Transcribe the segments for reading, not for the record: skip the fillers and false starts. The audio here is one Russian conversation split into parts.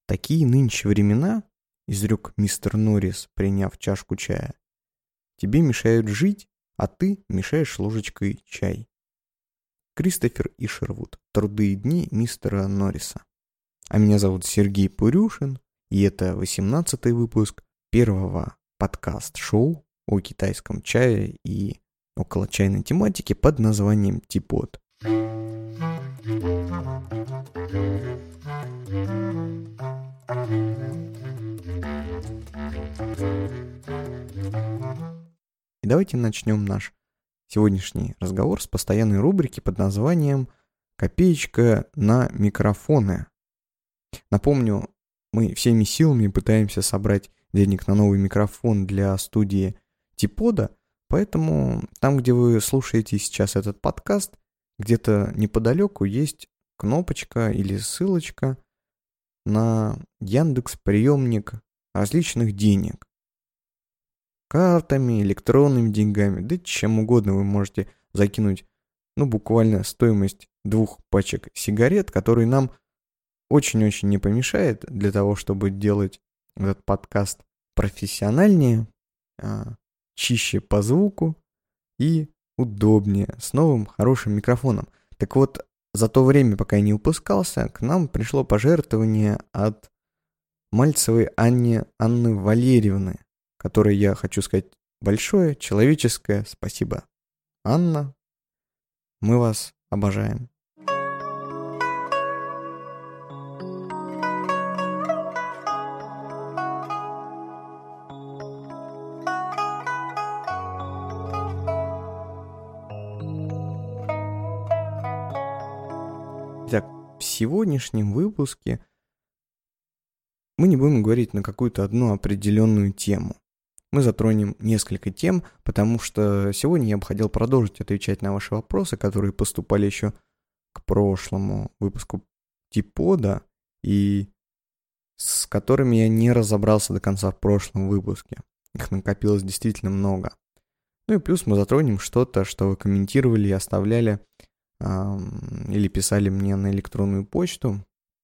Такие нынче времена, изрек мистер Норрис, приняв чашку чая. Тебе мешают жить, а ты мешаешь ложечкой чай. Кристофер Ишервуд. Труды и дни мистера Норриса. А меня зовут Сергей Пурюшин, и это 18-й выпуск первого подкаст-шоу о китайском чае и около чайной тематики под названием Типот. И давайте начнем наш сегодняшний разговор с постоянной рубрики под названием «Копеечка на микрофоны». Напомню, мы всеми силами пытаемся собрать денег на новый микрофон для студии Типода, поэтому там, где вы слушаете сейчас этот подкаст, где-то неподалеку есть кнопочка или ссылочка на Яндекс.Приемник различных денег. Картами, электронными деньгами, да чем угодно вы можете закинуть, буквально стоимость 2 пачек сигарет, которые нам очень-очень не помешает для того, чтобы делать этот подкаст профессиональнее, чище по звуку и удобнее, с новым хорошим микрофоном. Так вот, за то время, пока я не выпускался, к нам пришло пожертвование от Мальцевой Анны Валерьевны, которой я хочу сказать большое человеческое спасибо. Анна, мы вас обожаем. Итак, в сегодняшнем выпуске мы не будем говорить на какую-то одну определенную тему. Мы затронем несколько тем, потому что сегодня я бы хотел продолжить отвечать на ваши вопросы, которые поступали еще к прошлому выпуску Типода и с которыми я не разобрался до конца в прошлом выпуске. Их накопилось действительно много. И плюс мы затронем что-то, что вы комментировали и оставляли или писали мне на электронную почту.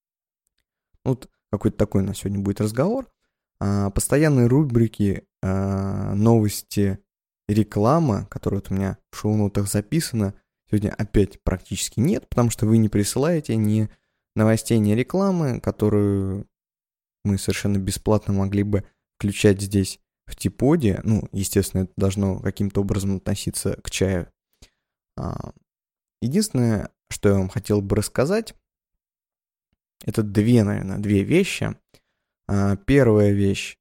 Вот какой-то такой у нас сегодня будет разговор. Постоянные рубрики новости, реклама, которая вот у меня в шоу-нотах записана, сегодня опять практически нет, потому что вы не присылаете ни новостей, ни рекламы, которую мы совершенно бесплатно могли бы включать здесь в Типоде. Естественно, это должно каким-то образом относиться к чаю. Единственное, что я вам хотел бы рассказать, это две вещи. Первая вещь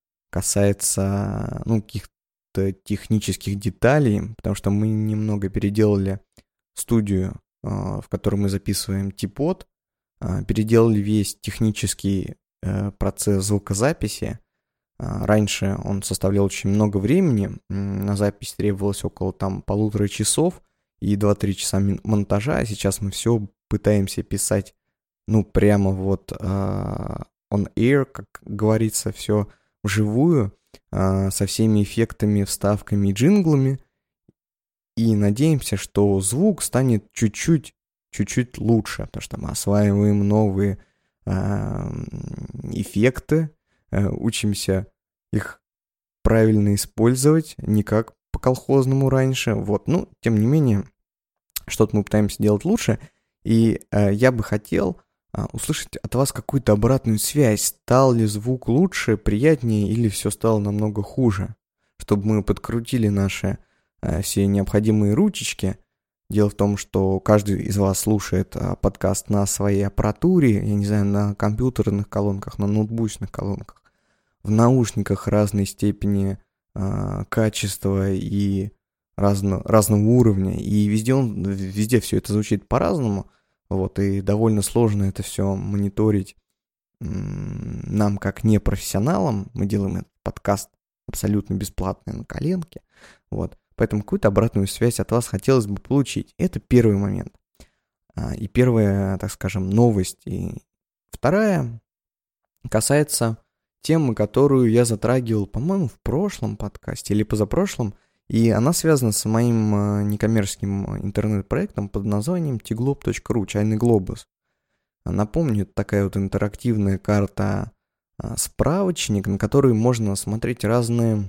касается каких-то технических деталей, потому что мы немного переделали студию, в которой мы записываем Типод, переделали весь технический процесс звукозаписи. Раньше он составлял очень много времени, на запись требовалось около 1,5 часов и 2-3 часа монтажа, а сейчас мы все пытаемся писать, прямо вот on air, как говорится, все вживую, со всеми эффектами, вставками и джинглами, и надеемся, что звук станет чуть-чуть лучше, потому что мы осваиваем новые эффекты, учимся их правильно использовать, не как по-колхозному раньше, тем не менее, что-то мы пытаемся делать лучше, и я бы хотел услышать от вас какую-то обратную связь, стал ли звук лучше, приятнее или все стало намного хуже, чтобы мы подкрутили наши все необходимые ручечки. Дело в том, что каждый из вас слушает подкаст на своей аппаратуре, я не знаю, на компьютерных колонках, на ноутбучных колонках, в наушниках разной степени качества и разного уровня, и везде все это звучит по-разному, и довольно сложно это все мониторить нам как непрофессионалам. Мы делаем этот подкаст абсолютно бесплатно на коленке, поэтому какую-то обратную связь от вас хотелось бы получить. Это первый момент. И первая, так скажем, новость. И вторая касается темы, которую я затрагивал, по-моему, в прошлом подкасте или позапрошлом, и она связана с моим некоммерческим интернет-проектом под названием tglob.ru, чайный глобус. Напомню, это такая вот интерактивная карта, справочник, на который можно смотреть разные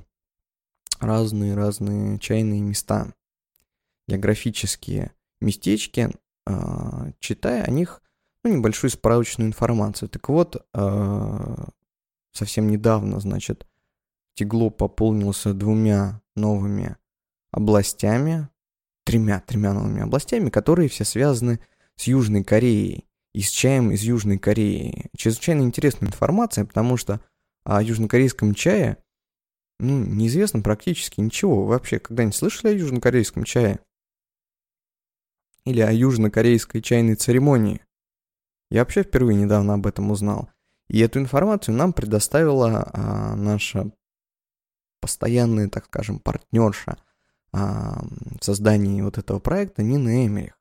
чайные места, географические местечки, читая о них небольшую справочную информацию. Так вот, совсем недавно, значит, Тигло пополнился 2 новыми областями, тремя новыми областями, которые все связаны с Южной Кореей и с чаем из Южной Кореи. Чрезвычайно интересная информация, потому что о южнокорейском чае неизвестно практически ничего. Вы вообще когда-нибудь слышали о южнокорейском чае? Или о южнокорейской чайной церемонии? Я вообще впервые недавно об этом узнал. И эту информацию нам предоставила наша постоянная, так скажем, партнерша в создании вот этого проекта Нина Эмерих.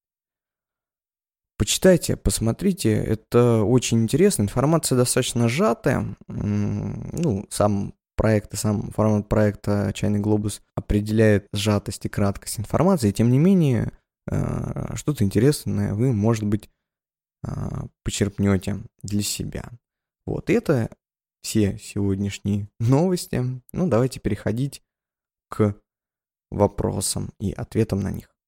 Почитайте, посмотрите, это очень интересно, информация достаточно сжатая. Сам проект и сам формат проекта «Чайный глобус» определяет сжатость и краткость информации, и тем не менее, что-то интересное вы, может быть, почерпнете для себя. Вот, и это все сегодняшние новости. Давайте переходить к вопросам и ответам на них.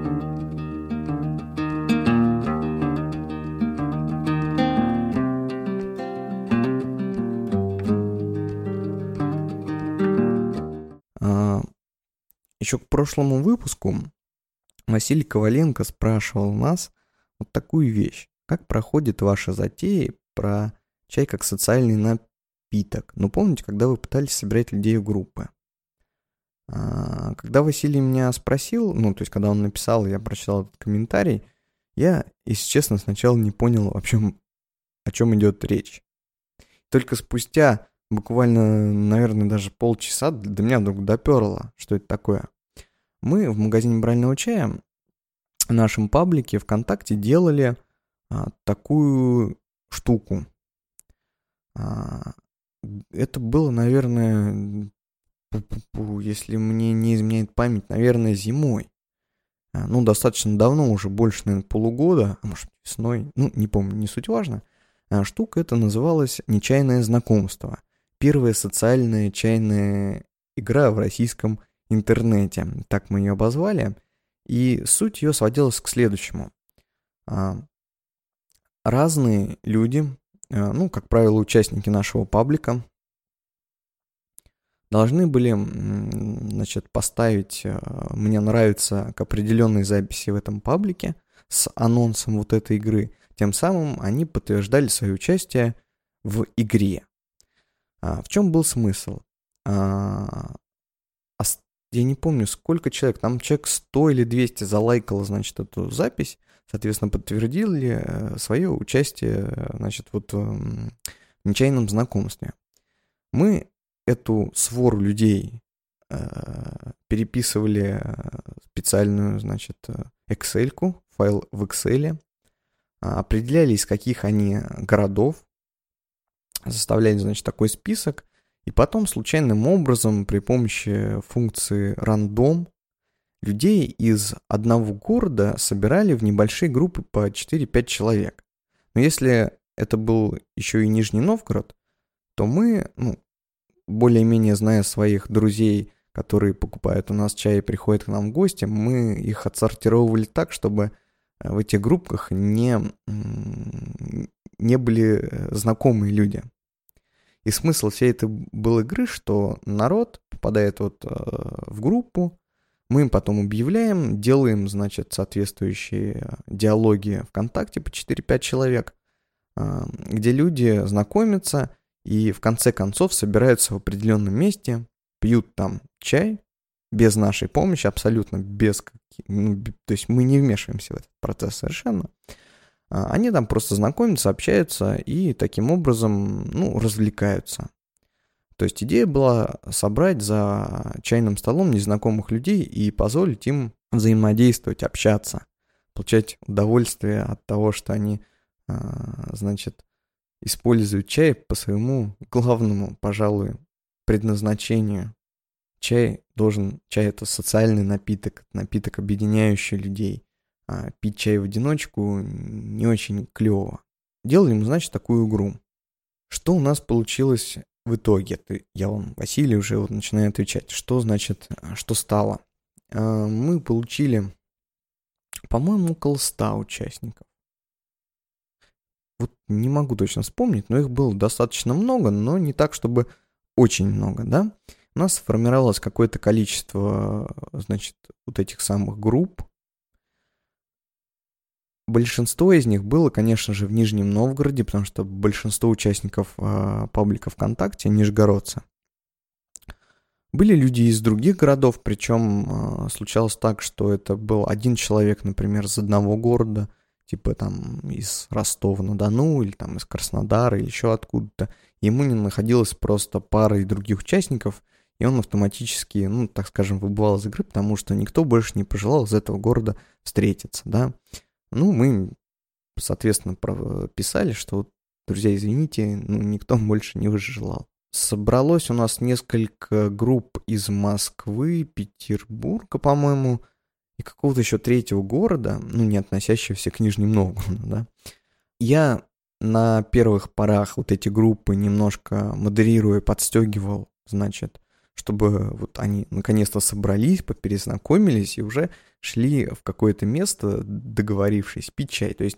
Еще к прошлому выпуску Василий Коваленко спрашивал нас вот такую вещь. Как проходит ваша затея про чай как социальный напиток? Помните, когда вы пытались собирать людей в группы? Когда Василий меня спросил, то есть когда он написал, я прочитал этот комментарий, я, если честно, сначала не понял, о чем идет речь. Только спустя буквально, наверное, даже полчаса до меня вдруг доперло, что это такое. Мы в магазине брального чая в нашем паблике ВКонтакте делали такую штуку. Это было, наверное, если мне не изменяет память, наверное, зимой. Достаточно давно, уже больше, наверное, полугода, а может, весной, не помню, не суть важно. Штука эта называлась «Нечаянное знакомство». Первая социальная чайная игра в российском интернете. Так мы ее обозвали. И суть ее сводилась к следующему. Разные люди, как правило, участники нашего паблика, должны были, поставить «мне нравится» к определенной записи в этом паблике с анонсом вот этой игры. Тем самым они подтверждали свое участие в игре. В чем был смысл? Я не помню, сколько человек, там человек 100 или 200 залайкало, эту запись, соответственно, подтвердили свое участие, в нечаянном знакомстве. Мы эту свору людей переписывали специальную, Excel-ку, файл в Excel, определяли, из каких они городов, составляли, такой список, и потом случайным образом при помощи функции рандом людей из одного города собирали в небольшие группы по 4-5 человек. Но если это был еще и Нижний Новгород, то мы, более-менее зная своих друзей, которые покупают у нас чай и приходят к нам в гости, мы их отсортировывали так, чтобы в этих группах не были знакомые люди. И смысл всей этой был игры, что народ попадает в группу, мы им потом объявляем, делаем, соответствующие диалоги ВКонтакте по 4-5 человек, где люди знакомятся и в конце концов собираются в определенном месте, пьют там чай без нашей помощи, абсолютно без... то есть мы не вмешиваемся в этот процесс совершенно. Они там просто знакомятся, общаются и таким образом, развлекаются. То есть идея была собрать за чайным столом незнакомых людей и позволить им взаимодействовать, общаться, получать удовольствие от того, что они, используют чай по своему главному, пожалуй, предназначению. Чай — это социальный напиток, напиток, объединяющий людей. пить чай в одиночку не очень клево. Делали мы, значит, такую игру. Что у нас получилось в итоге? Я вам, Василий, уже вот начинаю отвечать. Что значит, что стало? Мы получили, по-моему, около 100 участников. Вот не могу точно вспомнить, но их было достаточно много, но не так, чтобы очень много, да? У нас сформировалось какое-то количество, значит, вот этих самых групп. Большинство из них было, конечно же, в Нижнем Новгороде, потому что большинство участников паблика ВКонтакте нижегородцы. Были люди из других городов, причем случалось так, что это был один человек, например, из одного города, типа там из Ростова-на-Дону или там из Краснодара или еще откуда-то. Ему не находилось просто пары других участников, и он автоматически, ну, так скажем, выбывал из игры, потому что никто больше не пожелал из этого города встретиться, да. Ну, мы, соответственно, писали, что, друзья, извините, ну, никто больше не желал. Собралось у нас несколько групп из Москвы, Петербурга, по-моему, и какого-то еще третьего города, ну, не относящегося к Нижнему Новгороду, да. Я на первых порах вот эти группы немножко модерируя, подстегивал, значит, чтобы вот они наконец-то собрались, поперезнакомились и уже шли в какое-то место, договорившись, пить чай. То есть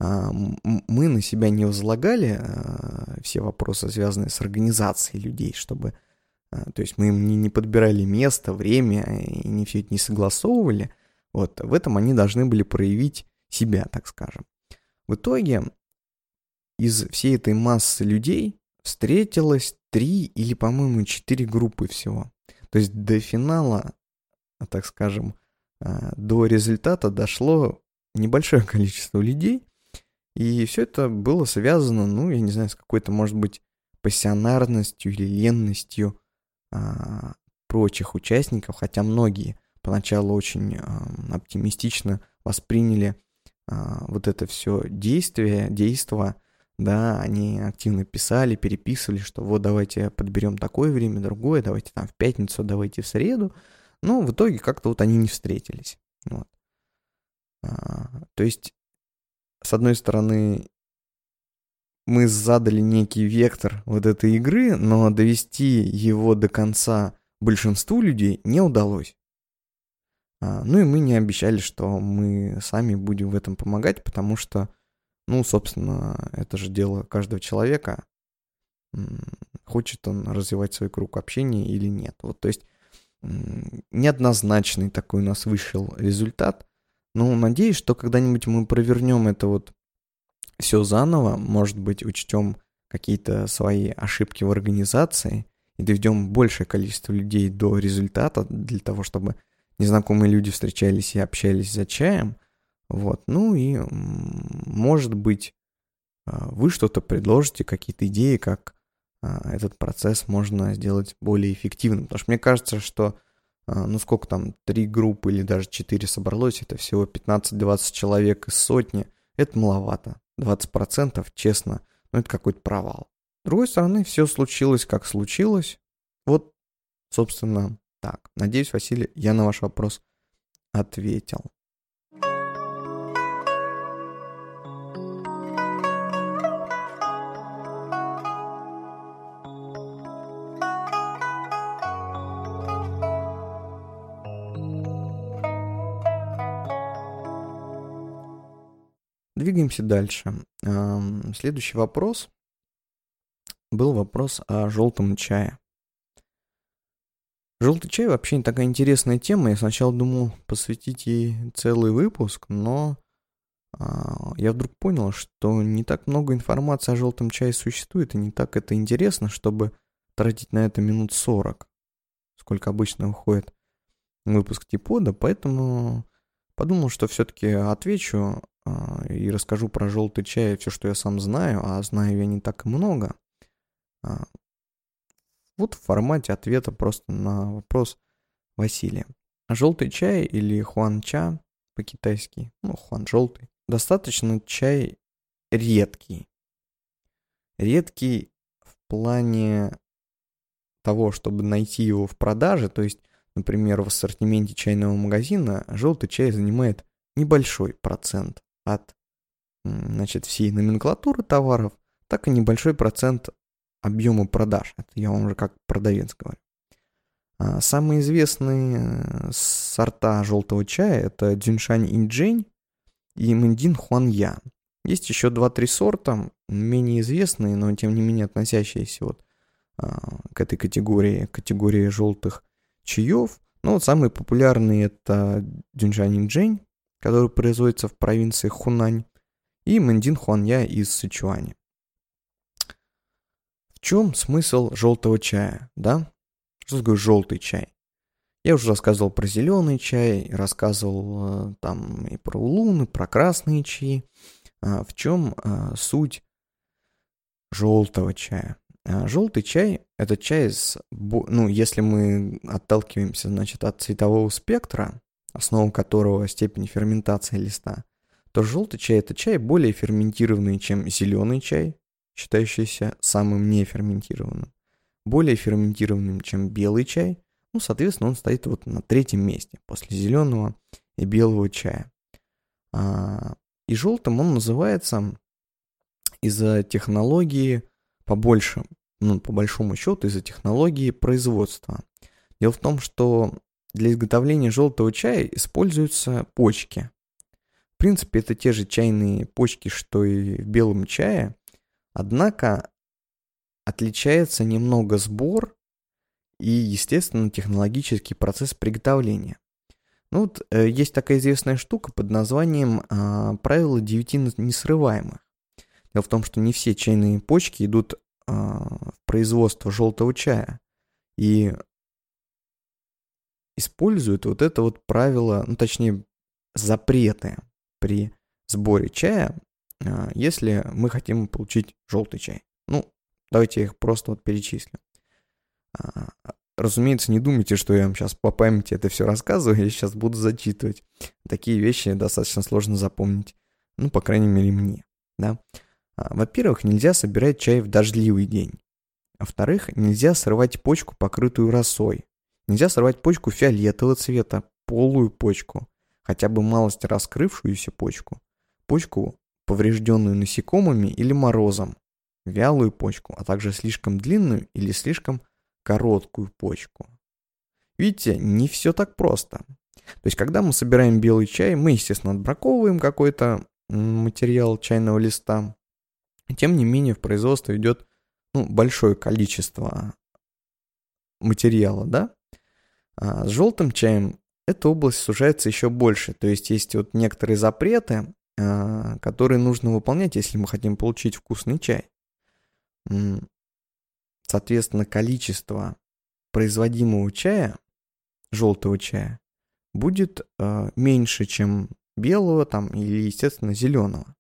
мы на себя не возлагали все вопросы, связанные с организацией людей, чтобы... То есть мы им не подбирали место, время и не все это не согласовывали. Вот в этом они должны были проявить себя, так скажем. В итоге из всей этой массы людей встретилось 3 или, по-моему, 4 группы всего. То есть до финала, так скажем, до результата дошло небольшое количество людей. И все это было связано, ну, я не знаю, с какой-то, может быть, пассионарностью или ленностью прочих участников, хотя многие поначалу очень оптимистично восприняли вот это все действо, да, они активно писали, переписывали, что вот давайте подберем такое время, другое, давайте там в пятницу, давайте в среду, но в итоге как-то вот они не встретились. Вот. То есть, с одной стороны, мы задали некий вектор вот этой игры, но довести его до конца большинству людей не удалось. Ну и мы не обещали, что мы сами будем в этом помогать, потому что, ну, собственно, это же дело каждого человека. Хочет он развивать свой круг общения или нет. Вот, то есть, неоднозначный такой у нас вышел результат. Но надеюсь, что когда-нибудь мы провернем это вот все заново, может быть, учтем какие-то свои ошибки в организации и доведем большее количество людей до результата для того, чтобы незнакомые люди встречались и общались за чаем. Вот. Ну и, может быть, вы что-то предложите, какие-то идеи, как этот процесс можно сделать более эффективным. Потому что мне кажется, что, ну сколько там, 3 группы или даже 4 собралось, это всего 15-20 человек из сотни. Это маловато. 20%, честно, ну это какой-то провал. С другой стороны, все случилось, как случилось. Вот, собственно, так. Надеюсь, Василий, я на ваш вопрос ответил. Двигаемся дальше. Следующий вопрос был вопрос о желтом чае. Желтый чай вообще такая интересная тема. Я сначала думал посвятить ей целый выпуск, но я вдруг понял, что не так много информации о желтом чае существует, и не так это интересно, чтобы тратить на это минут 40, сколько обычно уходит выпуск Типода, поэтому подумал, что все-таки отвечу и расскажу про желтый чай все, что я сам знаю, а знаю я не так и много. Вот в формате ответа просто на вопрос Василия. Желтый чай или хуан-ча по-китайски, ну, хуан желтый, достаточно чай редкий. Редкий в плане того, чтобы найти его в продаже, то есть, например, в ассортименте чайного магазина желтый чай занимает небольшой процент от, значит, всей номенклатуры товаров, так и небольшой процент объема продаж. Это я вам уже как продавец говорю. Самые известные сорта желтого чая — это Дзюньшань Иньчжэнь и Мэндин Хуанья. Есть еще 2-3 сорта, менее известные, но тем не менее относящиеся вот к этой категории желтых чаев. Но вот самые популярные — это Дзюньшань Иньчжэнь, который производится в провинции Хунань, и Мэндин Хуанья из Сычуаня. В чем смысл желтого чая, да? Что такое желтый чай? Я уже рассказывал про зеленый чай, рассказывал там и про улун, и про красные чаи. В чем суть желтого чая? Желтый чай — это чай если мы отталкиваемся, значит, от цветового спектра, основа которого степень ферментации листа, то желтый чай — это чай более ферментированный, чем зеленый чай, считающийся самым неферментированным, более ферментированным, чем белый чай. Соответственно, он стоит вот на 3-м месте после зеленого и белого чая. И желтым он называется из-за технологии по большому счету, из-за технологии производства. Дело в том, что для изготовления желтого чая используются почки. В принципе, это те же чайные почки, что и в белом чае, однако отличается немного сбор и, естественно, технологический процесс приготовления. Есть такая известная штука под названием правило 9 несрываемых. Дело в том, что не все чайные почки идут в производство желтого чая и используют вот это вот правило, точнее, запреты при сборе чая, если мы хотим получить желтый чай. Давайте я их просто вот перечислю. Разумеется, не думайте, что я вам сейчас по памяти это все рассказываю, я сейчас буду зачитывать. Такие вещи достаточно сложно запомнить. По крайней мере, мне. Да? Во-первых, нельзя собирать чай в дождливый день. Во-вторых, нельзя срывать почку, покрытую росой. Нельзя срывать почку фиолетового цвета, полую почку, хотя бы малость раскрывшуюся почку, почку, поврежденную насекомыми или морозом, вялую почку, а также слишком длинную или слишком короткую почку. Видите, не все так просто. То есть, когда мы собираем белый чай, мы, естественно, отбраковываем какой-то материал чайного листа. Тем не менее, в производство идет большое количество материала, да? С желтым чаем эта область сужается еще больше. То есть, есть вот некоторые запреты, которые нужно выполнять, если мы хотим получить вкусный чай. Соответственно, количество производимого чая, желтого чая, будет меньше, чем белого или, естественно, зеленого.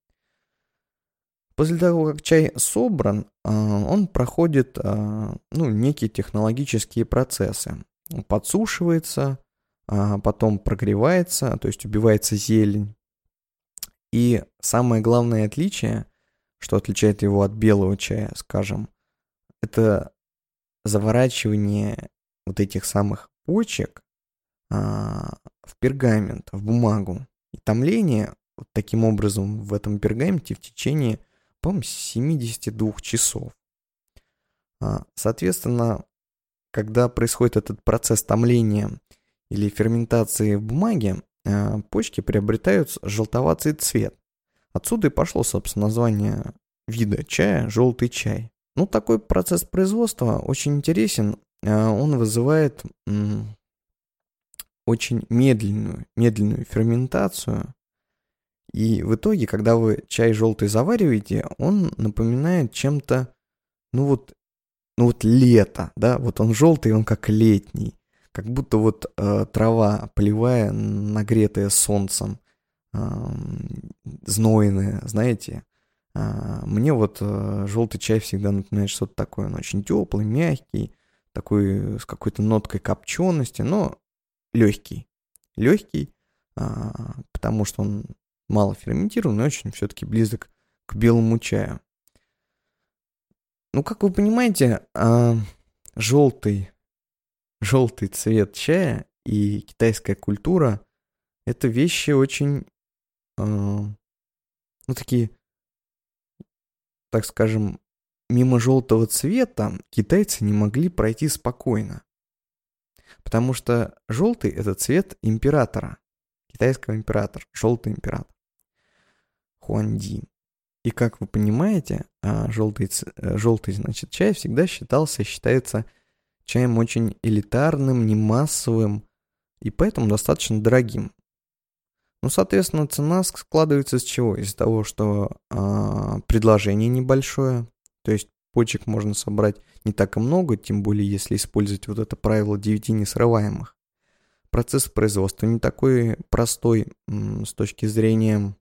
После того, как чай собран, он проходит некие технологические процессы. Он подсушивается, потом прогревается, то есть убивается зелень. И самое главное отличие, что отличает его от белого чая, скажем, это заворачивание вот этих самых почек в пергамент, в бумагу. И томление вот таким образом в этом пергаменте в течение, по-моему, 72 часов. Соответственно, когда происходит этот процесс томления или ферментации в бумаге, почки приобретают желтоватый цвет. Отсюда и пошло, собственно, название вида чая «желтый чай». Такой процесс производства очень интересен. Он вызывает очень медленную ферментацию. И в итоге, когда вы чай желтый завариваете, он напоминает чем-то, лето, да, вот он желтый, он как летний, как будто трава полевая, нагретая солнцем, знойная, знаете. Мне желтый чай всегда напоминает что-то такое, он очень теплый, мягкий, такой с какой-то ноткой копчености, но легкий, потому что он мало ферментирован и очень все-таки близок к белому чаю. Как вы понимаете, желтый цвет чая и китайская культура Это вещи очень, такие, так скажем, мимо желтого цвета китайцы не могли пройти спокойно. Потому что желтый — это цвет императора, китайского императора, желтый император, Хуанди. И как вы понимаете, желтый, значит, чай всегда считается чаем очень элитарным, не массовым и поэтому достаточно дорогим. Ну, соответственно, цена складывается из чего? Из того, что предложение небольшое, то есть почек можно собрать не так и много, тем более если использовать вот это правило 9 несрываемых. Процесс производства не такой простой с точки зрения...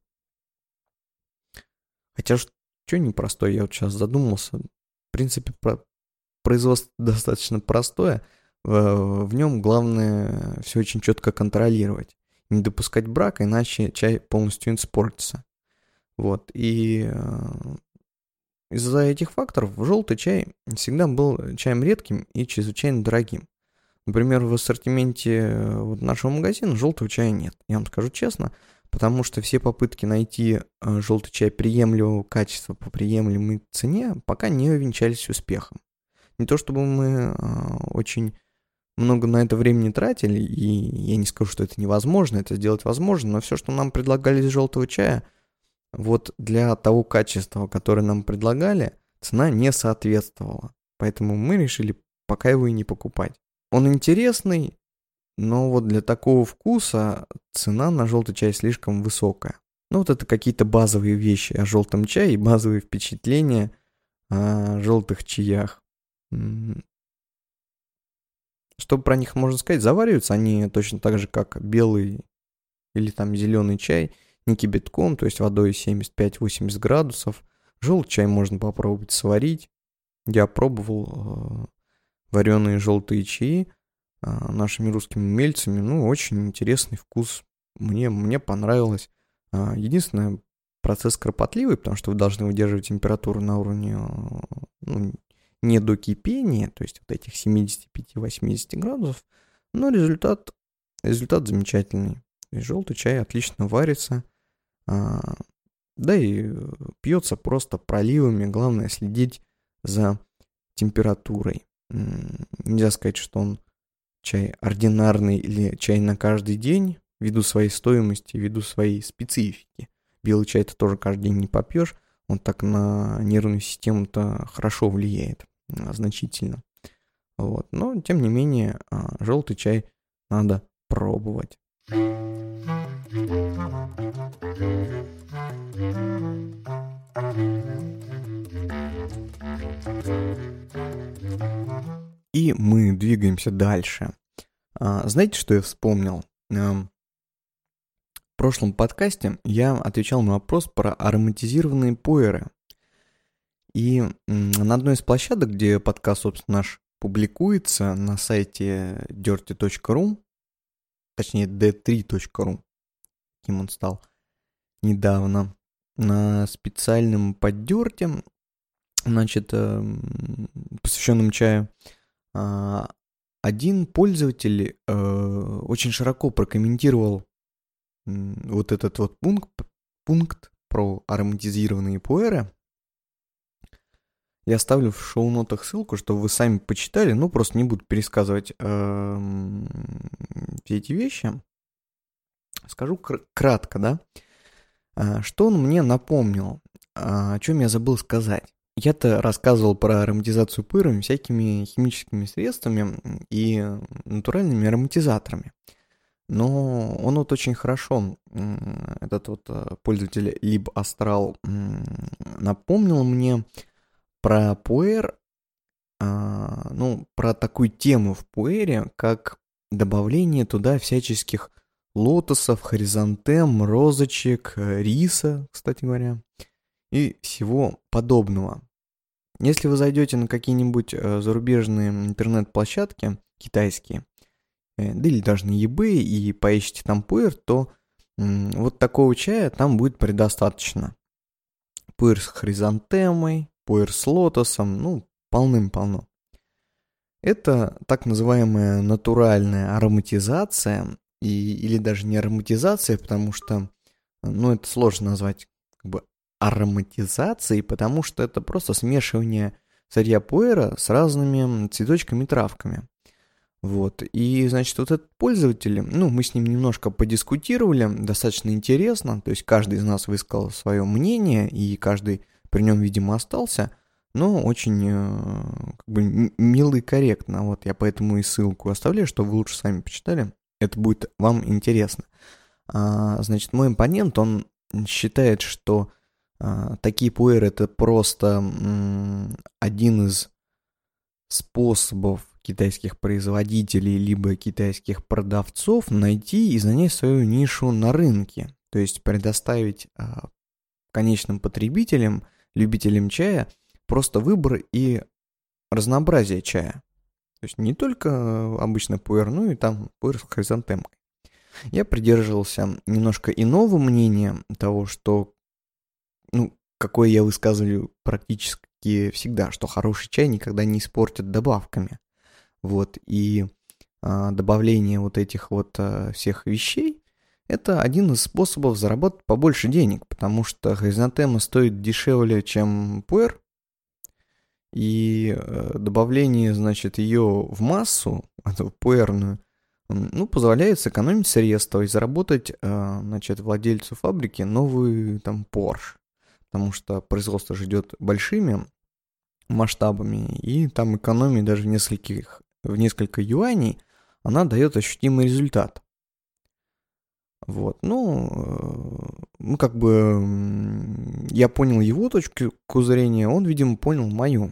Хотя что непростой, я вот сейчас задумался. В принципе, производство достаточно простое, в нем главное все очень четко контролировать. Не допускать брака, иначе чай полностью испортится. Вот, и из-за этих факторов желтый чай всегда был чаем редким и чрезвычайно дорогим. Например, в ассортименте нашего магазина желтого чая нет. Я вам скажу честно, потому что все попытки найти желтый чай приемлемого качества по приемлемой цене пока не увенчались успехом. Не то чтобы мы очень много на это времени тратили, и я не скажу, что это невозможно, это сделать возможно, но все, что нам предлагали из желтого чая, вот для того качества, которое нам предлагали, цена не соответствовала. Поэтому мы решили пока его и не покупать. Он интересный, но вот для такого вкуса цена на желтый чай слишком высокая. Ну вот это какие-то базовые вещи о желтом чае и базовые впечатления о желтых чаях. Что про них можно сказать? Завариваются они точно так же, как белый или там зеленый чай, не кипятком, то есть водой 75-80 градусов. Желтый чай можно попробовать сварить. Я пробовал вареные желтые чаи нашими русскими умельцами. Ну, очень интересный вкус. Мне понравилось. Единственное, процесс кропотливый, потому что вы должны выдерживать температуру на уровне не до кипения, то есть вот этих 75-80 градусов, но результат замечательный. И желтый чай отлично варится, да и пьется просто проливами, главное следить за температурой. Нельзя сказать, что он чай ординарный или чай на каждый день, ввиду своей стоимости, ввиду своей специфики. Белый чай ты тоже каждый день не попьешь, он так на нервную систему-то хорошо влияет, значительно. Вот. Но, тем не менее, желтый чай надо пробовать. И мы двигаемся дальше. Знаете, что я вспомнил? В прошлом подкасте я отвечал на вопрос про ароматизированные пуэры. И на одной из площадок, где подкаст, собственно, наш публикуется, на сайте dirty.ru, точнее d3.ru, каким он стал недавно, на специальном поддерте, значит, посвященном чаю, один пользователь очень широко прокомментировал вот этот вот пункт про ароматизированные пуэры. Я оставлю в шоу-нотах ссылку, чтобы вы сами почитали, ну, просто не буду пересказывать все эти вещи. Скажу кратко, да. Что он мне напомнил, о чем я забыл сказать. Я-то рассказывал про ароматизацию пуэрами всякими химическими средствами и натуральными ароматизаторами. Но он вот очень хорошо, этот вот пользователь LibAstral, напомнил мне про пуэр, про такую тему в пуэре, как добавление туда всяческих лотосов, хризантем, розочек, риса, кстати говоря, и всего подобного. Если вы зайдете на какие-нибудь зарубежные интернет-площадки китайские, да или даже на eBay и поищите там пуэр, то вот такого чая там будет предостаточно. Пуэр с хризантемой, пуэр с лотосом, полным-полно. Это так называемая натуральная ароматизация, или даже не ароматизация, потому что, это сложно назвать как бы ароматизацией, потому что это просто смешивание сырья пуэра с разными цветочками и травками. Вот, и, значит, вот этот пользователь, мы с ним немножко подискутировали, достаточно интересно, то есть каждый из нас высказал свое мнение, и каждый при нем, видимо, остался, но очень как бы мило и корректно, вот, я поэтому и ссылку оставляю, чтобы вы лучше сами почитали, это будет вам интересно. Значит, мой оппонент, он считает, что такие пуэры это просто один из способов китайских производителей либо китайских продавцов найти и занять свою нишу на рынке. То есть предоставить конечным потребителям, любителям чая, просто выбор и разнообразие чая. То есть не только обычно пуэр, но и там пуэр с хризантемкой. Я придерживался немножко иного мнения того, что, какое я высказываю практически всегда, что хороший чай никогда не испортят добавками. Вот, и добавление вот этих вот всех вещей – это один из способов заработать побольше денег, потому что хризантема стоит дешевле, чем пуэр, и добавление, значит, ее в массу, эту пуэрную, позволяет сэкономить средства и заработать, значит, владельцу фабрики новый там Porsche, потому что производство же идет большими масштабами, и там экономия даже в несколько юаней, она дает ощутимый результат. Вот, я понял его точку зрения, он, видимо, понял мою.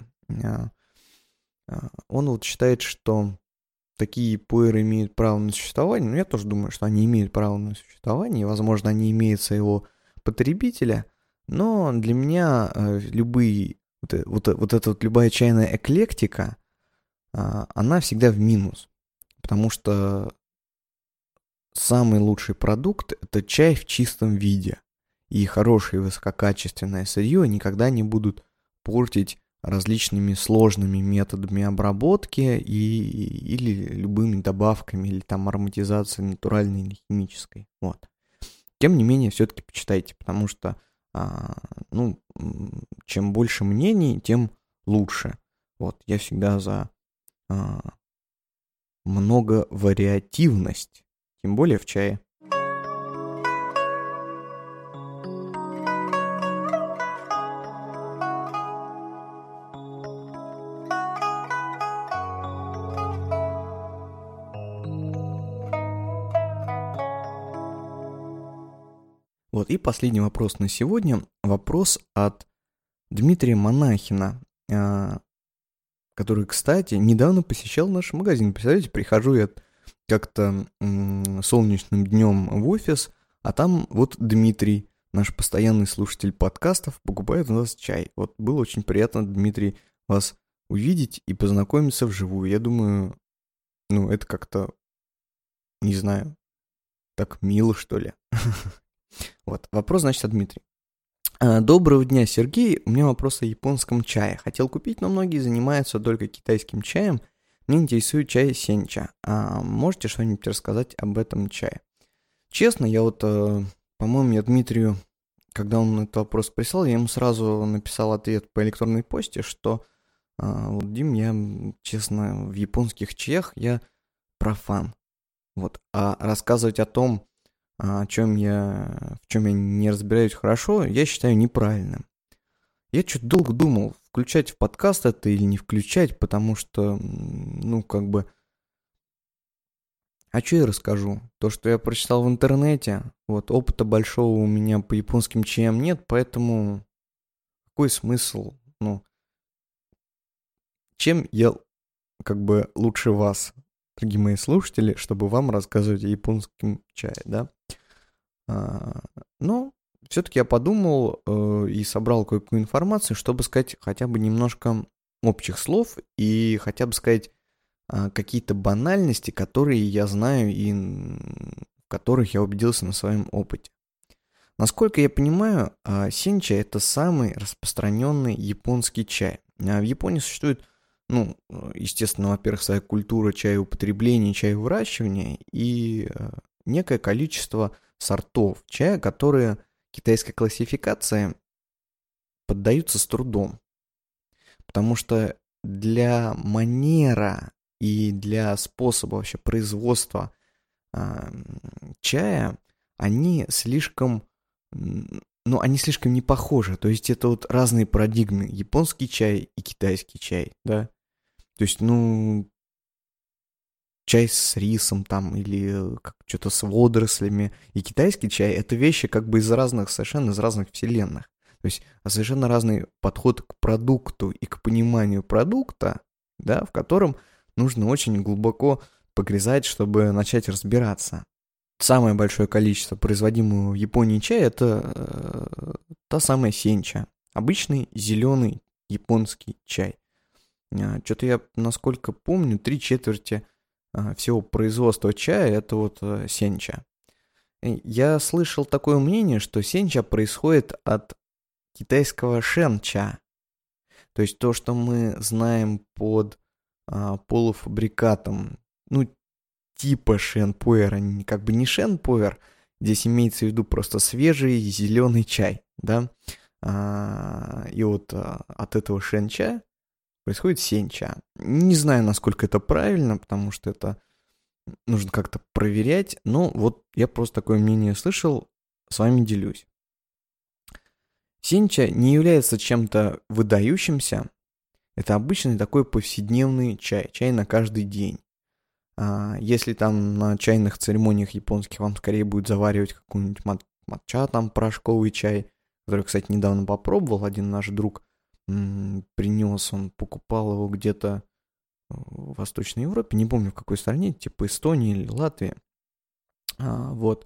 Он вот считает, что такие пуэры имеют право на существование, но я тоже думаю, что они имеют право на существование, возможно, они имеют своего потребителя, но для меня любая чайная эклектика, она всегда в минус, потому что самый лучший продукт – это чай в чистом виде, и хорошее высококачественное сырье никогда не будут портить различными сложными методами обработки или любыми добавками, или там ароматизацией натуральной или химической. Вот. Тем не менее, все-таки почитайте, потому что чем больше мнений, тем лучше. Вот, я всегда за многовариативность, тем более в чае. Вот, и последний вопрос на сегодня. Вопрос от Дмитрия Монахина, который, кстати, недавно посещал наш магазин. Представляете, прихожу я как-то солнечным днем в офис, а там вот Дмитрий, наш постоянный слушатель подкастов, покупает у нас чай. Вот было очень приятно, Дмитрий, вас увидеть и познакомиться вживую. Я думаю, это как-то, не знаю, так мило, что ли. Вот, вопрос, значит, от Дмитрия. Доброго дня, Сергей. У меня вопрос о японском чае. Хотел купить, но многие занимаются только китайским чаем. Мне интересует чай сенча. Можете что-нибудь рассказать об этом чае? Честно, я по-моему, я Дмитрию, когда он этот вопрос прислал, я ему сразу написал ответ по электронной почте, что Дим, я, честно, в японских чаях я профан. Вот, а рассказывать о том, в чем я не разбираюсь хорошо, я считаю неправильным. Я что-то долго думал, включать в подкаст это или не включать, потому что, а что я расскажу? То, что я прочитал в интернете, вот, опыта большого у меня по японским чаям нет, поэтому какой смысл? Чем я лучше вас, дорогие мои слушатели, чтобы вам рассказывать о японском чае, да? Но все-таки я подумал и собрал кое-какую информацию, чтобы сказать хотя бы немножко общих слов и хотя бы сказать какие-то банальности, которые я знаю и в которых я убедился на своем опыте. Насколько я понимаю, сенча – это самый распространенный японский чай. В Японии существует, естественно, во-первых, своя культура чаеупотребления, чаевыращивания, и некое количество сортов чая, которые китайской классификации поддаются с трудом. Потому что для манера и для способа вообще производства чая они слишком не похожи. То есть это вот разные парадигмы. Японский чай и китайский чай, да. То есть, чай с рисом там или что-то с водорослями. И китайский чай — это вещи как бы совершенно из разных вселенных. То есть совершенно разный подход к продукту и к пониманию продукта, да, в котором нужно очень глубоко погрязать, чтобы начать разбираться. Самое большое количество производимого в Японии чая — это та самая сенча. Обычный зеленый японский чай. Что-то я, насколько помню, 3/4 всего производства чая — это вот сенча. Я слышал такое мнение, что сенча происходит от китайского шэнча. То есть то, что мы знаем под полуфабрикатом, типа шэнпуэра, как бы не шэнпуэр, здесь имеется в виду просто свежий зеленый чай, да, и вот от этого шэнча происходит сенча. Не знаю, насколько это правильно, потому что это нужно как-то проверять, но вот я просто такое мнение слышал, с вами делюсь. Сенча не является чем-то выдающимся, это обычный такой повседневный чай, чай на каждый день. Если там на чайных церемониях японских вам скорее будет заваривать какой-нибудь матча, там порошковый чай, который, кстати, недавно попробовал, один наш друг принес, он покупал его где-то в Восточной Европе, не помню в какой стране, типа Эстонии или Латвии. В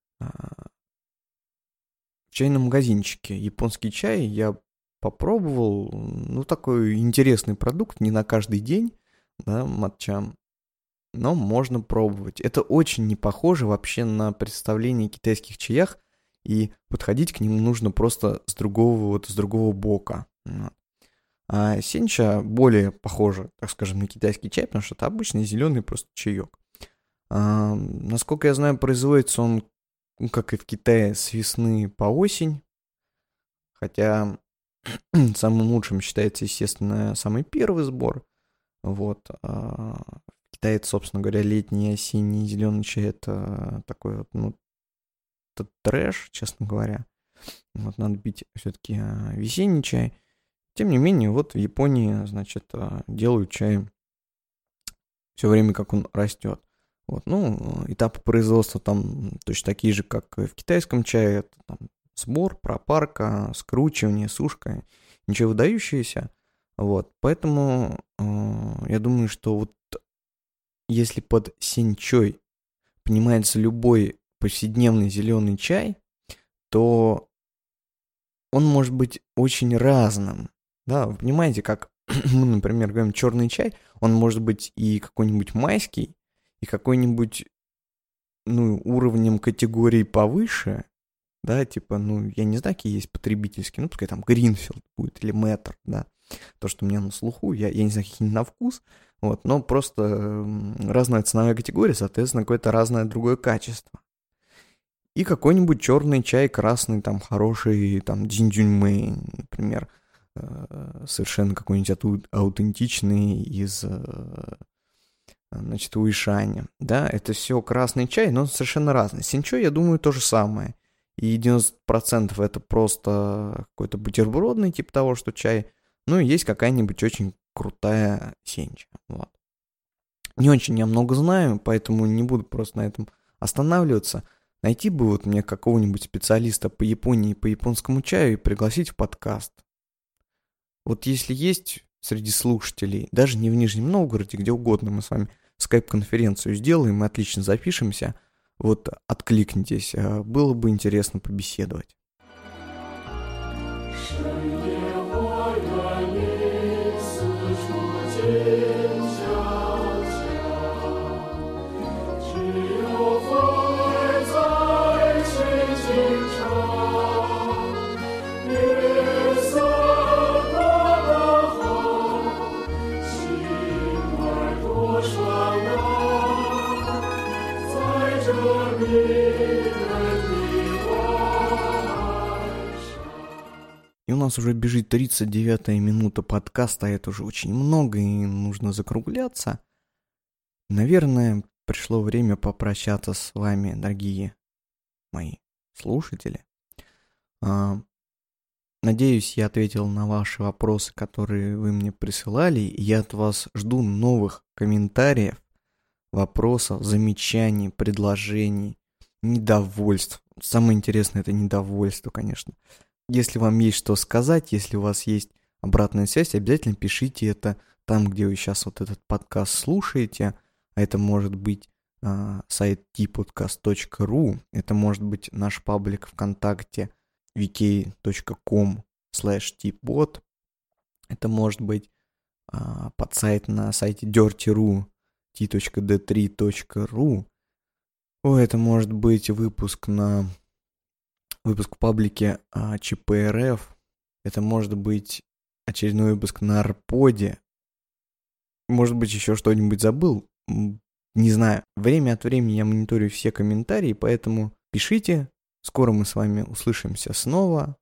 чайном магазинчике японский чай я попробовал, такой интересный продукт, не на каждый день, да, матча, но можно пробовать. Это очень не похоже вообще на представление о китайских чаях, и подходить к нему нужно просто с другого бока. А сенча более похожа, так скажем, на китайский чай, потому что это обычный зеленый просто чаек. Насколько я знаю, производится он, как и в Китае, с весны по осень, хотя самым лучшим считается, естественно, самый первый сбор. Вот. В Китае, собственно говоря, летний, осенний, зеленый чай — это такой вот, это трэш, честно говоря. Вот надо пить все-таки весенний чай. Тем не менее, вот в Японии, значит, делают чай все время, как он растет. Вот, этапы производства там точно такие же, как и в китайском чае. Это там сбор, пропарка, скручивание, сушка. Ничего выдающегося. Вот, поэтому я думаю, что вот если под сенчой понимается любой повседневный зеленый чай, то он может быть очень разным. Да, вы понимаете, как мы, например, говорим черный чай, он может быть и какой-нибудь майский, и какой-нибудь, уровнем категории повыше, да, типа, я не знаю, какие есть потребительские, пускай там Гринфилд будет или Мэттер, да, то, что у меня на слуху, я не знаю, какие на вкус, вот, но просто разная ценовая категория, соответственно, какое-то разное другое качество. И какой-нибудь черный чай, красный, там, хороший, там, Дзиньцзюньмэй, например, совершенно какой-нибудь аутентичный из, значит, Уишаня, да, это все красный чай, но совершенно разный. Сенчой, я думаю, то же самое. И 90% это просто какой-то бутербродный, типа того, что чай, и есть какая-нибудь очень крутая сенча, вот. Не очень я много знаю, поэтому не буду просто на этом останавливаться. Найти бы вот мне какого-нибудь специалиста по Японии, по японскому чаю и пригласить в подкаст. Вот если есть среди слушателей, даже не в Нижнем Новгороде, где угодно, мы с вами скайп-конференцию сделаем, мы отлично запишемся, вот откликнитесь, было бы интересно побеседовать. И у нас уже бежит 39-я минута подкаста, а это уже очень много, и нужно закругляться. Наверное, пришло время попрощаться с вами, дорогие мои слушатели. Надеюсь, я ответил на ваши вопросы, которые вы мне присылали. Я от вас жду новых комментариев, вопросов, замечаний, предложений, недовольств. Самое интересное — это недовольство, конечно. Если вам есть что сказать, если у вас есть обратная связь, обязательно пишите это там, где вы сейчас вот этот подкаст слушаете. А это может быть сайт tpodcast.ru, это может быть наш паблик ВКонтакте vk.com/tpod, это может быть подсайт на сайте dirty.ru, t.d3.ru. Это может быть выпуск в паблике ЧПРФ. Это может быть очередной выпуск на Арподе. Может быть, еще что-нибудь забыл. Не знаю. Время от времени я мониторю все комментарии, поэтому пишите. Скоро мы с вами услышимся снова.